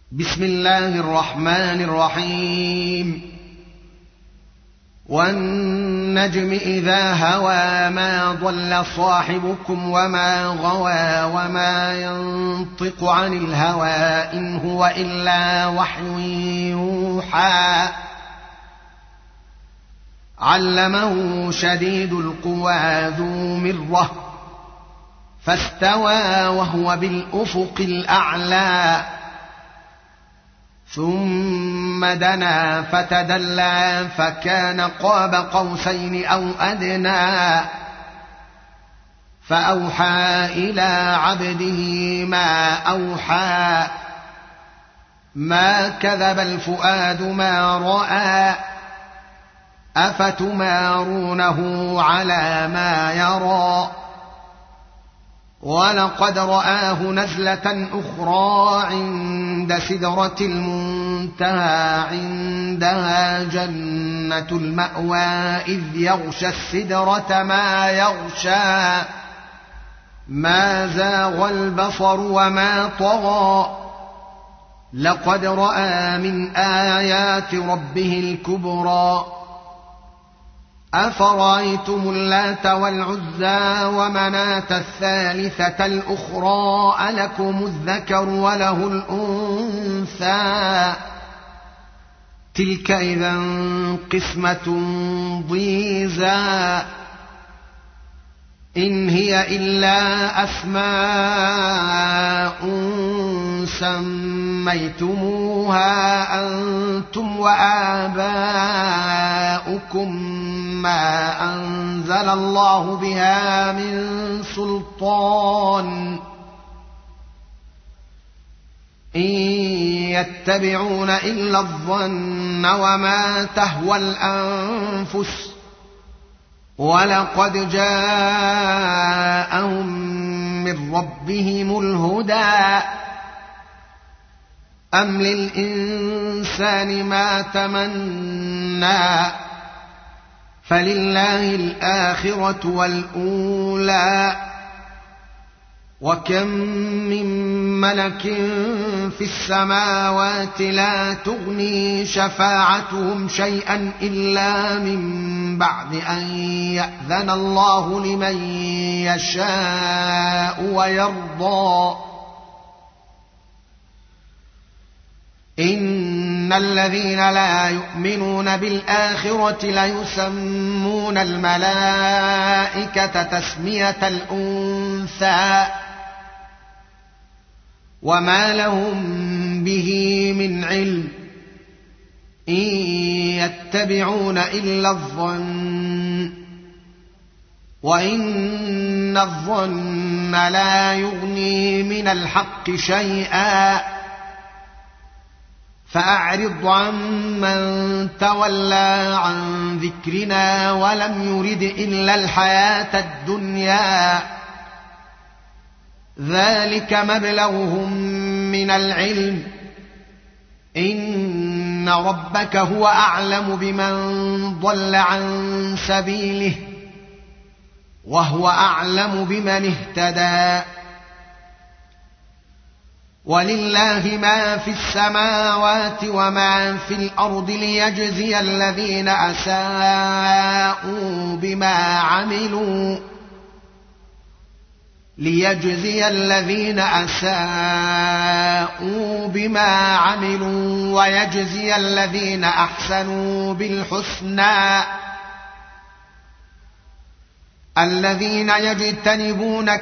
بسم الله الرحمن الرحيم. والنجم إذا هوى ما ضل صاحبكم وما غوى وما ينطق عن الهوى إن هو إلا وحي يوحى علمه شديد القوى ذو مرة فاستوى وهو بالأفق الأعلى ثم دنا فتدلى فكان قاب قوسين أو أدنى فأوحى إلى عبده ما أوحى ما كذب الفؤاد ما رأى أفتمارونه على ما يرى ولقد رآه نزلة أخرى عند سدرة المنتهى عندها جنة المأوى إذ يغشى السدرة ما يغشى ما زاغ البصر وما طغى لقد رأى من آيات ربه الكبرى أفرأيتم اللات والعزى ومناة الثالثة الأخرى ألكم الذكر وله الأنثى تلك إذا قسمة ضيزى إن هي إلا أسماء سميتموها أنتم وآباؤكم ما أنزل الله بها من سلطان إن يتبعون إلا الظن وما تهوى الأنفس ولقد جاءهم من ربهم الهدى أم للإنسان ما تمنى فلله الآخرة والأولى وكم من ملك في السماوات لا تغني شفاعتهم شيئا إلا من بعد أن يأذن الله لمن يشاء ويرضى إن الذين لا يؤمنون بالآخرة ليسمون الملائكة تسمية الأنثى وما لهم به من علم إن يتبعون إلا الظن وإن الظن لا يغني من الحق شيئا فأعرض عمن تولى عن ذكرنا ولم يرد إلا الحياة الدنيا ذلك مبلغهم من العلم إن ربك هو أعلم بمن ضل عن سبيله وهو أعلم بمن اهتدى ولله ما في السماوات وما في الأرض ليجزي الذين أساءوا بما عملوا ويجزي الذين أحسنوا بالحسنى الذين يجتنبون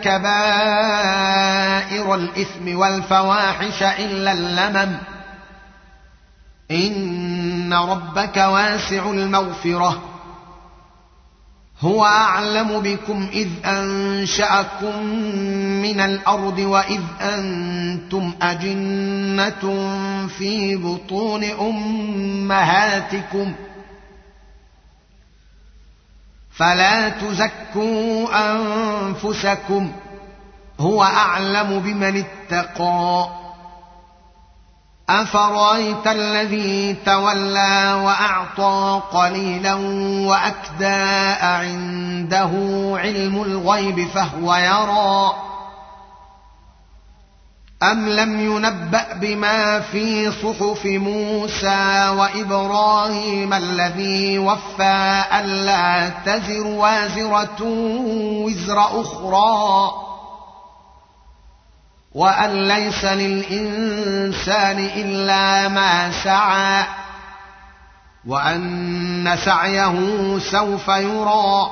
كبائر الإثم والفواحش إلا اللمم إن ربك واسع المغفرة هو أعلم بكم إذ أنشأكم من الأرض وإذ أنتم أجنة في بطون أمهاتكم فلا تزكوا أنفسكم هو أعلم بمن اتقى أفرأيت الذي تولى وأعطى قليلا وأكدى عنده علم الغيب فهو يرى أم لم ينبأ بما في صحف موسى وإبراهيم الذي وفى ألا تزر وازرة وزر أخرى وأن ليس للإنسان إلا ما سعى وأن سعيه سوف يرى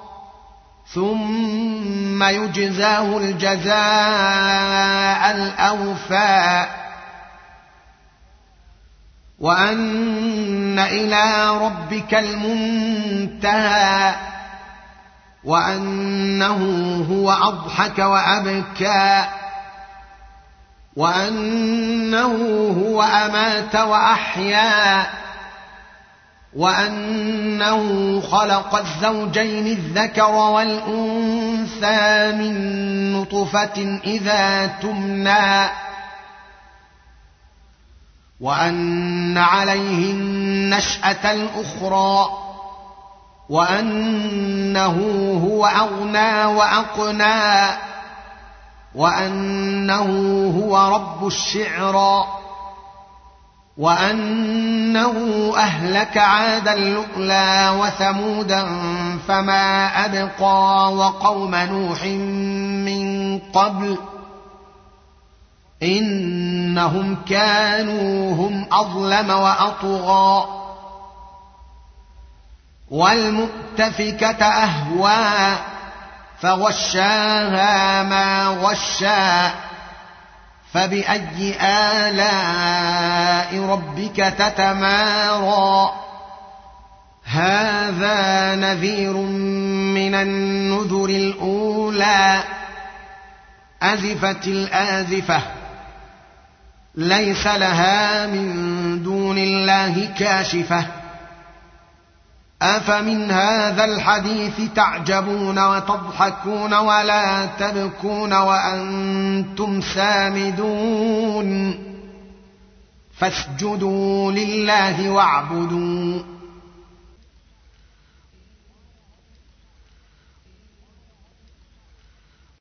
ثم يجزاه الجزاء الأوفى وأن إلى ربك المنتهى وأنه هو أضحك وأبكى وأنه هو أمات وأحيا وأنه خلق الزوجين الذكر والأنثى من نطفة إذا تمنى وأن عليه النشأة الأخرى وأنه هو أغنى وأقنى وأنه هو رب الشعرى وأنه أهلك عادا الأولى وثمودا فما أبقى وقوم نوح من قبل إنهم كانوا هم أظلم وأطغى والمؤتفكة أهوى فغشاها ما غشا فبأي آلاء ربك تتمارى هذا نذير من النذر الأولى أزفت الآزفة ليس لها من دون الله كاشفة أفمن هذا الحديث تعجبون وتضحكون ولا تبكون وأنتم سامدون فاسجدوا لله واعبدوا